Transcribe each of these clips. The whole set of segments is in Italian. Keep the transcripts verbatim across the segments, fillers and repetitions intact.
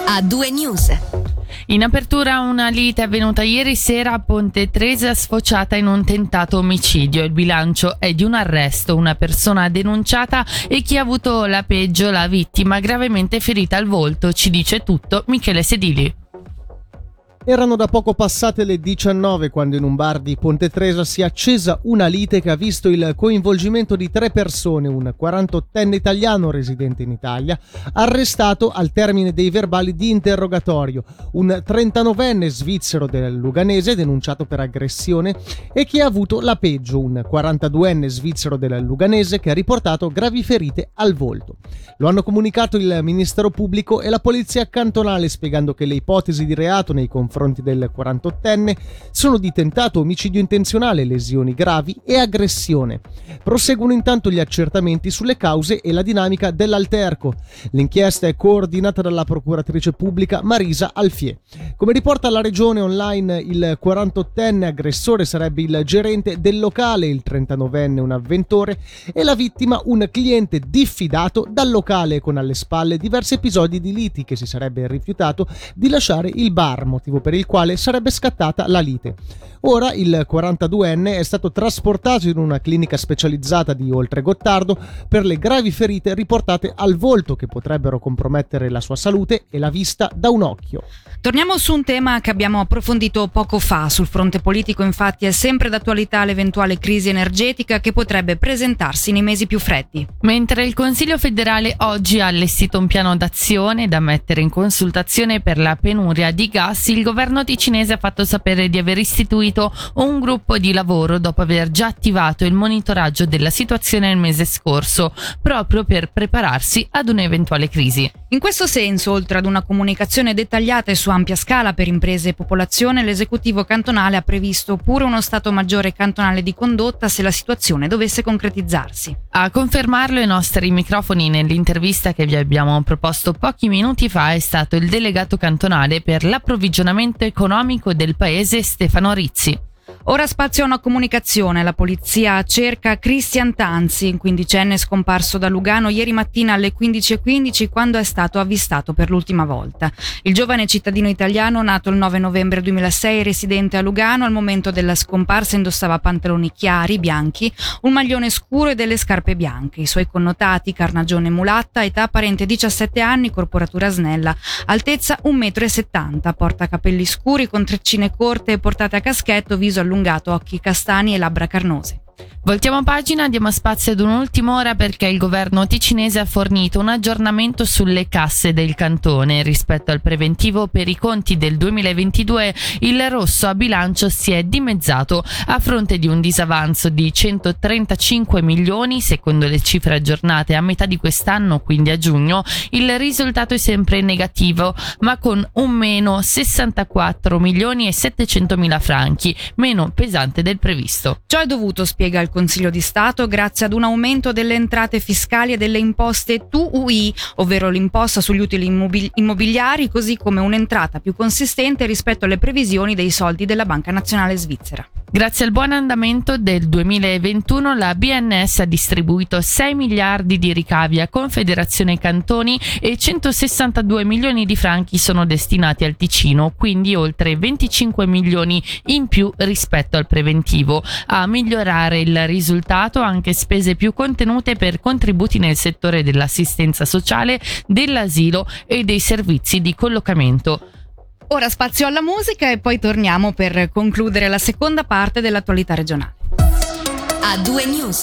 A due News. In apertura una lite avvenuta ieri sera a Ponte Tresa sfociata in un tentato omicidio. Il bilancio è di un arresto, una persona denunciata e chi ha avuto la peggio, la vittima gravemente ferita al volto. Ci dice tutto Michele Sedili. Erano da poco passate le diciannove quando in un bar di Ponte Tresa si è accesa una lite che ha visto il coinvolgimento di tre persone, un quarantottenne italiano residente in Italia, arrestato al termine dei verbali di interrogatorio, un trentanovenne svizzero del Luganese denunciato per aggressione e chi ha avuto la peggio, un quarantaduenne svizzero del Luganese che ha riportato gravi ferite al volto. Lo hanno comunicato il Ministero Pubblico e la Polizia Cantonale, spiegando che le ipotesi di reato nei confronti del quarantottenne sono di tentato omicidio intenzionale, lesioni gravi e aggressione. Proseguono intanto gli accertamenti sulle cause e la dinamica dell'alterco. L'inchiesta è coordinata dalla procuratrice pubblica Marisa Alfier. Come riporta la Regione Online, il quarantottenne aggressore sarebbe il gerente del locale, il trentanovenne un avventore e la vittima un cliente diffidato dal locale con alle spalle diversi episodi di liti che si sarebbe rifiutato di lasciare il bar, motivo per il quale sarebbe scattata la lite. Ora il quarantaduenne è stato trasportato in una clinica specializzata di Oltregottardo per le gravi ferite riportate al volto che potrebbero compromettere la sua salute e la vista da un occhio. Torniamo su un tema che abbiamo approfondito poco fa. Sul fronte politico, infatti, è sempre d'attualità l'eventuale crisi energetica che potrebbe presentarsi nei mesi più freddi. Mentre il Consiglio federale oggi ha allestito un piano d'azione da mettere in consultazione per la penuria di gas, il governo ticinese ha fatto sapere di aver istituito un gruppo di lavoro dopo aver già attivato il monitoraggio della situazione nel mese scorso, proprio per prepararsi ad un'eventuale crisi. In questo senso, oltre ad una comunicazione dettagliata e su ampia scala per imprese e popolazione, l'esecutivo cantonale ha previsto pure uno stato maggiore cantonale di condotta se la situazione dovesse concretizzarsi. A confermarlo ai nostri microfoni nell'intervista che vi abbiamo proposto pochi minuti fa è stato il delegato cantonale per l'approvvigionamento economico del paese Stefano Rizzi. Ora spazio a una comunicazione. La polizia cerca Christian Tanzi, quindicenne scomparso da Lugano ieri mattina alle quindici e quindici quando è stato avvistato per l'ultima volta. Il giovane cittadino italiano, nato il nove novembre duemilasei e residente a Lugano, al momento della scomparsa indossava pantaloni chiari, bianchi, un maglione scuro e delle scarpe bianche. I suoi connotati: carnagione mulatta, età apparente diciassette anni, corporatura snella, altezza un metro e settanta, porta capelli scuri con treccine corte e portate a caschetto, viso allungato, occhi castani e labbra carnose. Voltiamo pagina, diamo spazio ad un'ultima ora perché il governo ticinese ha fornito un aggiornamento sulle casse del cantone. Rispetto al preventivo per i conti del duemilaventidue, il rosso a bilancio si è dimezzato a fronte di un disavanzo di centotrentacinque milioni. Secondo le cifre aggiornate a metà di quest'anno, quindi a giugno, il risultato è sempre negativo, ma con un meno sessantaquattro milioni e settecentomila franchi, meno pesante del previsto. Ciò è dovuto, spiega il Consiglio di Stato, grazie ad un aumento delle entrate fiscali e delle imposte T U I, ovvero l'imposta sugli utili immobili- immobiliari, così come un'entrata più consistente rispetto alle previsioni dei soldi della Banca Nazionale Svizzera. Grazie al buon andamento del duemilaventuno, la B N S ha distribuito sei miliardi di ricavi a Confederazione Cantoni e centosessantadue milioni di franchi sono destinati al Ticino, quindi oltre venticinque milioni in più rispetto al preventivo. A migliorare il risultato anche spese più contenute per contributi nel settore dell'assistenza sociale, dell'asilo e dei servizi di collocamento. Ora spazio alla musica e poi torniamo per concludere la seconda parte dell'attualità regionale. A due News.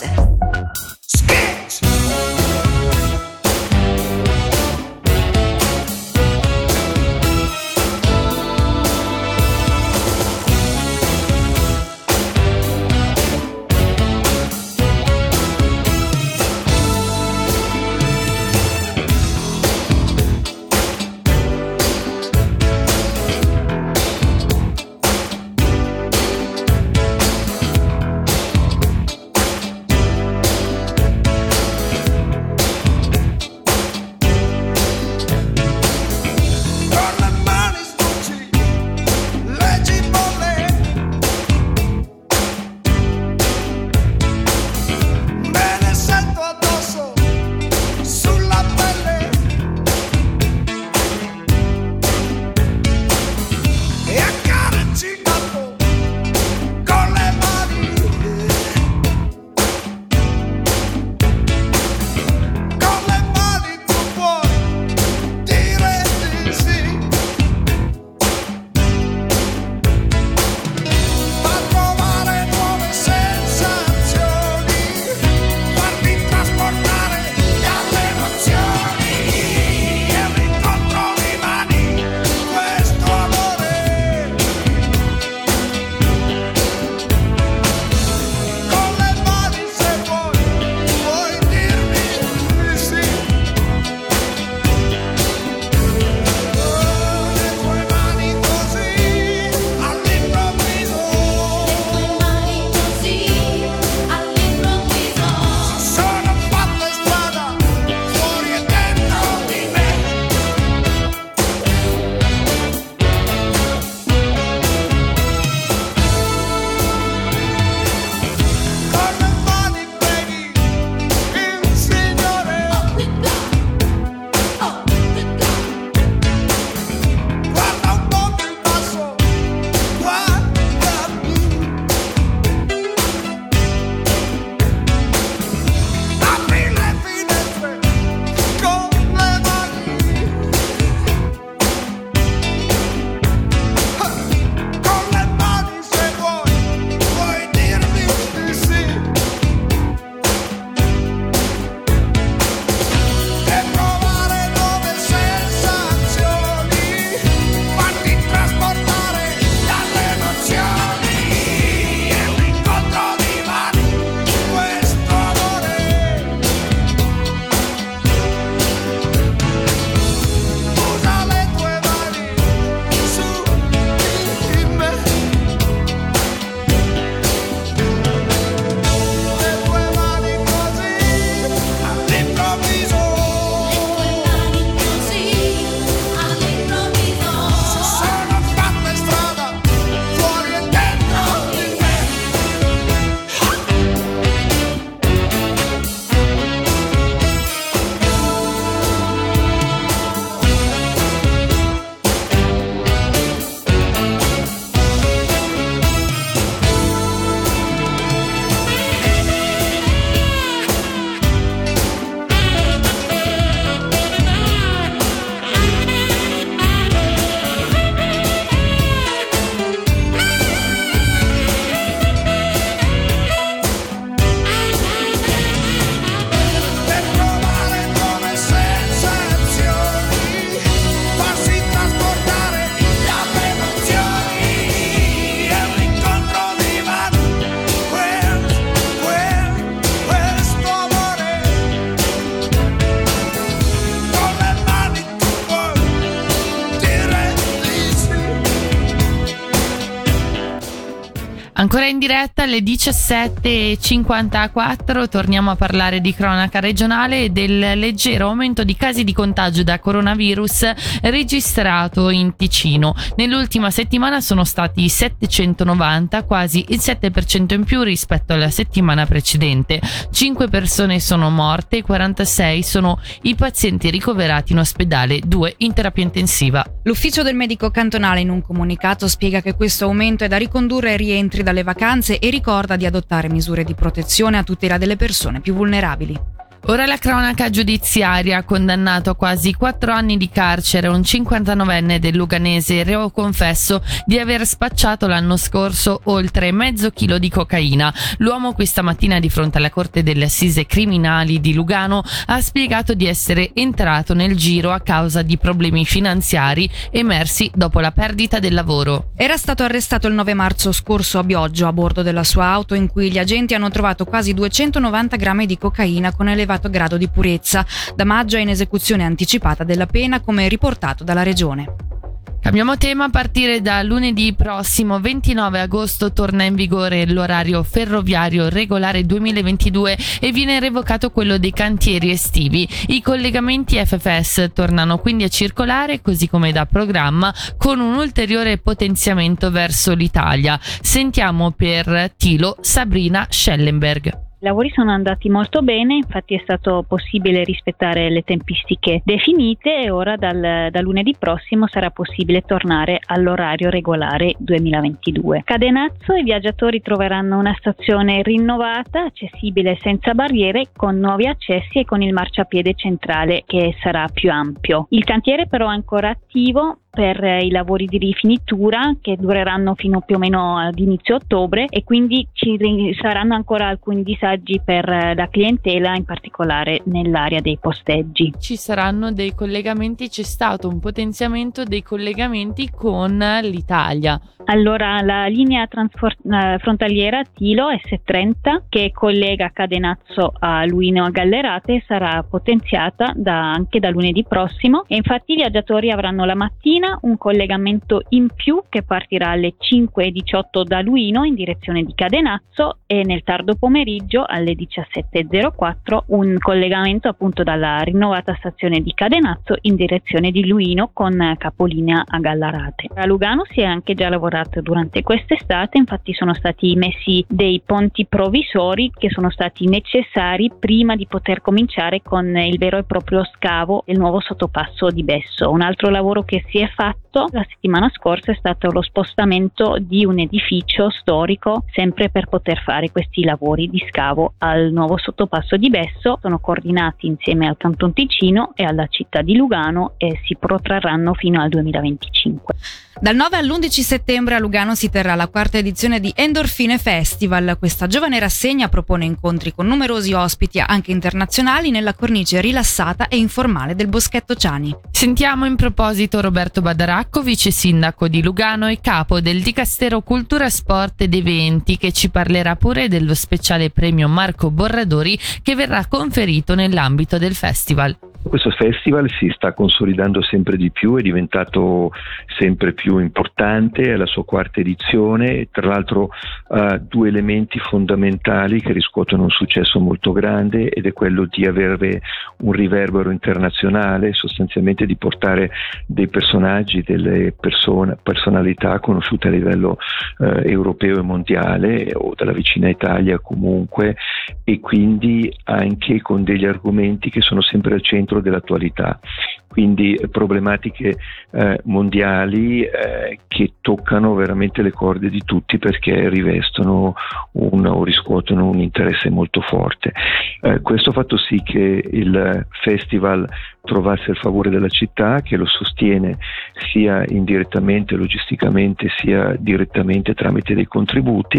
Ancora in diretta alle diciassette e cinquantaquattro torniamo a parlare di cronaca regionale e del leggero aumento di casi di contagio da coronavirus registrato in Ticino. Nell'ultima settimana sono stati settecentonovanta, quasi il sette per cento in più rispetto alla settimana precedente. cinque persone sono morte e quarantasei sono i pazienti ricoverati in ospedale, due in terapia intensiva. L'ufficio del medico cantonale in un comunicato spiega che questo aumento è da ricondurre ai rientri dalle vacanze e ricorda di adottare misure di protezione a tutela delle persone più vulnerabili. Ora la cronaca giudiziaria. Condannato a quasi quattro anni di carcere un cinquantanovenne del Luganese, reo confesso di aver spacciato l'anno scorso oltre mezzo chilo di cocaina. L'uomo questa mattina di fronte alla Corte delle Assise Criminali di Lugano ha spiegato di essere entrato nel giro a causa di problemi finanziari emersi dopo la perdita del lavoro. Era stato arrestato il nove marzo scorso a Bioggio a bordo della sua auto, in cui gli agenti hanno trovato quasi duecentonovanta grammi di cocaina con elevato grado di purezza. Da maggio è in esecuzione anticipata della pena, come riportato dalla regione. Cambiamo tema. A partire da lunedì prossimo ventinove agosto torna in vigore l'orario ferroviario regolare duemilaventidue e viene revocato quello dei cantieri estivi. I collegamenti F F S tornano quindi a circolare così come da programma, con un ulteriore potenziamento verso l'Italia. Sentiamo per Tilo Sabrina Schellenberg. I lavori sono andati molto bene, infatti è stato possibile rispettare le tempistiche definite e ora dal, da lunedì prossimo sarà possibile tornare all'orario regolare duemilaventidue. Cadenazzo i viaggiatori troveranno una stazione rinnovata, accessibile senza barriere, con nuovi accessi e con il marciapiede centrale che sarà più ampio. Il cantiere però è ancora attivo per i lavori di rifinitura che dureranno fino più o meno ad inizio ottobre e quindi ci saranno ancora alcuni disagi per la clientela, in particolare nell'area dei posteggi. Ci saranno dei collegamenti, c'è stato un potenziamento dei collegamenti con l'Italia. Allora la linea transfor- frontaliera Tilo S trenta che collega Cadenazzo a Luino a Gallerate sarà potenziata da, anche da lunedì prossimo e infatti i viaggiatori avranno la mattina un collegamento in più che partirà alle cinque e diciotto da Luino in direzione di Cadenazzo e nel tardo pomeriggio alle diciassette e zero quattro un collegamento appunto dalla rinnovata stazione di Cadenazzo in direzione di Luino con capolinea a Gallarate. A Lugano si è anche già lavorato durante quest'estate, infatti sono stati messi dei ponti provvisori che sono stati necessari prima di poter cominciare con il vero e proprio scavo del nuovo sottopasso di Besso. Un altro lavoro che si è fatto la settimana scorsa è stato lo spostamento di un edificio storico sempre per poter fare questi lavori di scavo al nuovo sottopasso di Besso. Sono coordinati insieme al Canton Ticino e alla città di Lugano e si protrarranno fino al duemilaventicinque. Dal nove all'undici settembre a Lugano si terrà la quarta edizione di Endorfine Festival. Questa giovane rassegna propone incontri con numerosi ospiti anche internazionali nella cornice rilassata e informale del Boschetto Ciani. Sentiamo in proposito Roberto Badaracco, vice sindaco di Lugano e capo del Dicastero Cultura, Sport ed Eventi, che ci parlerà pure dello speciale premio Marco Borradori che verrà conferito nell'ambito del festival. Questo festival si sta consolidando sempre di più, è diventato sempre più importante, è la sua quarta edizione e tra l'altro ha due elementi fondamentali che riscuotono un successo molto grande ed è quello di avere un riverbero internazionale, sostanzialmente di portare dei personaggi, delle persone, personalità conosciute a livello eh, europeo e mondiale o dalla vicina Italia comunque, e quindi anche con degli argomenti che sono sempre al centro dell'attualità, quindi problematiche eh, mondiali eh, che toccano veramente le corde di tutti perché rivestono un, o riscuotono un interesse molto forte. Eh, questo ha fatto sì che il festival trovasse il favore della città, che lo sostiene sia indirettamente, logisticamente, sia direttamente tramite dei contributi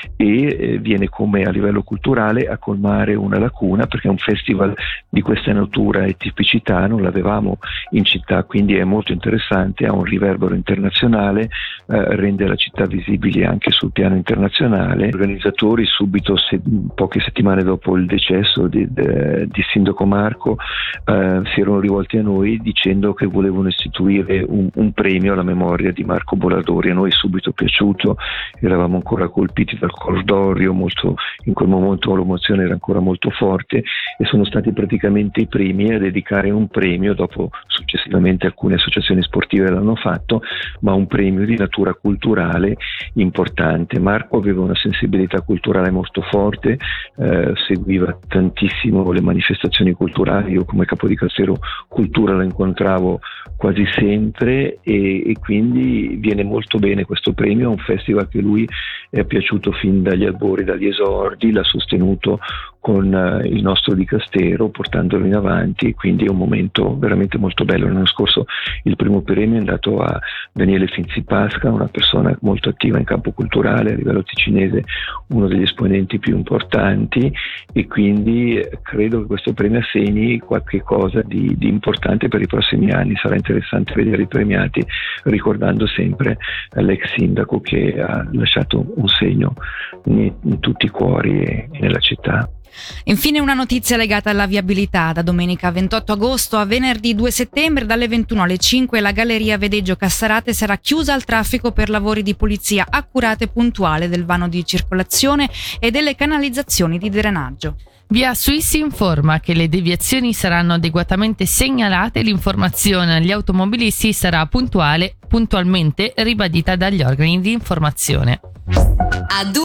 e eh, viene come a livello culturale a colmare una lacuna, perché un festival di questa natura e tipicità non l'avevamo facciamo in città, quindi è molto interessante, ha un riverbero internazionale, eh, rende la città visibile anche sul piano internazionale. Gli organizzatori subito, se, poche settimane dopo il decesso di, de, di Sindaco Marco, eh, si erano rivolti a noi dicendo che volevano istituire un, un premio alla memoria di Marco Boladori. A noi è subito piaciuto, eravamo ancora colpiti dal cordoglio, molto, in quel momento l'emozione era ancora molto forte, e sono stati praticamente i primi a dedicare un premio, dopo successivamente alcune associazioni sportive l'hanno fatto, ma un premio di natura culturale importante. Marco aveva una sensibilità culturale molto forte, eh, seguiva tantissimo le manifestazioni culturali. Io come capodicastero cultura lo incontravo quasi sempre, e, e quindi viene molto bene questo premio. È un festival che lui è piaciuto fin dagli albori, dagli esordi, l'ha sostenuto con uh, il nostro dicastero portandolo in avanti, quindi è un momento veramente molto bello. L'anno scorso il primo premio è andato a Daniele Finzi-Pasca, una persona molto attiva in campo culturale a livello ticinese, uno degli esponenti più importanti, e quindi credo che questo premio assegni qualche cosa di, di importante per i prossimi anni. Sarà interessante vedere i premiati, ricordando sempre l'ex sindaco che ha lasciato un segno in, in tutti i cuori e, e nella città. Infine una notizia legata alla viabilità. Da domenica ventotto agosto a venerdì due settembre dalle ventuno alle cinque la galleria Vedeggio Cassarate sarà chiusa al traffico per lavori di pulizia accurata e puntuale del vano di circolazione e delle canalizzazioni di drenaggio. Via Swiss informa che le deviazioni saranno adeguatamente segnalate e l'informazione agli automobilisti sarà puntuale, puntualmente ribadita dagli organi di informazione. A due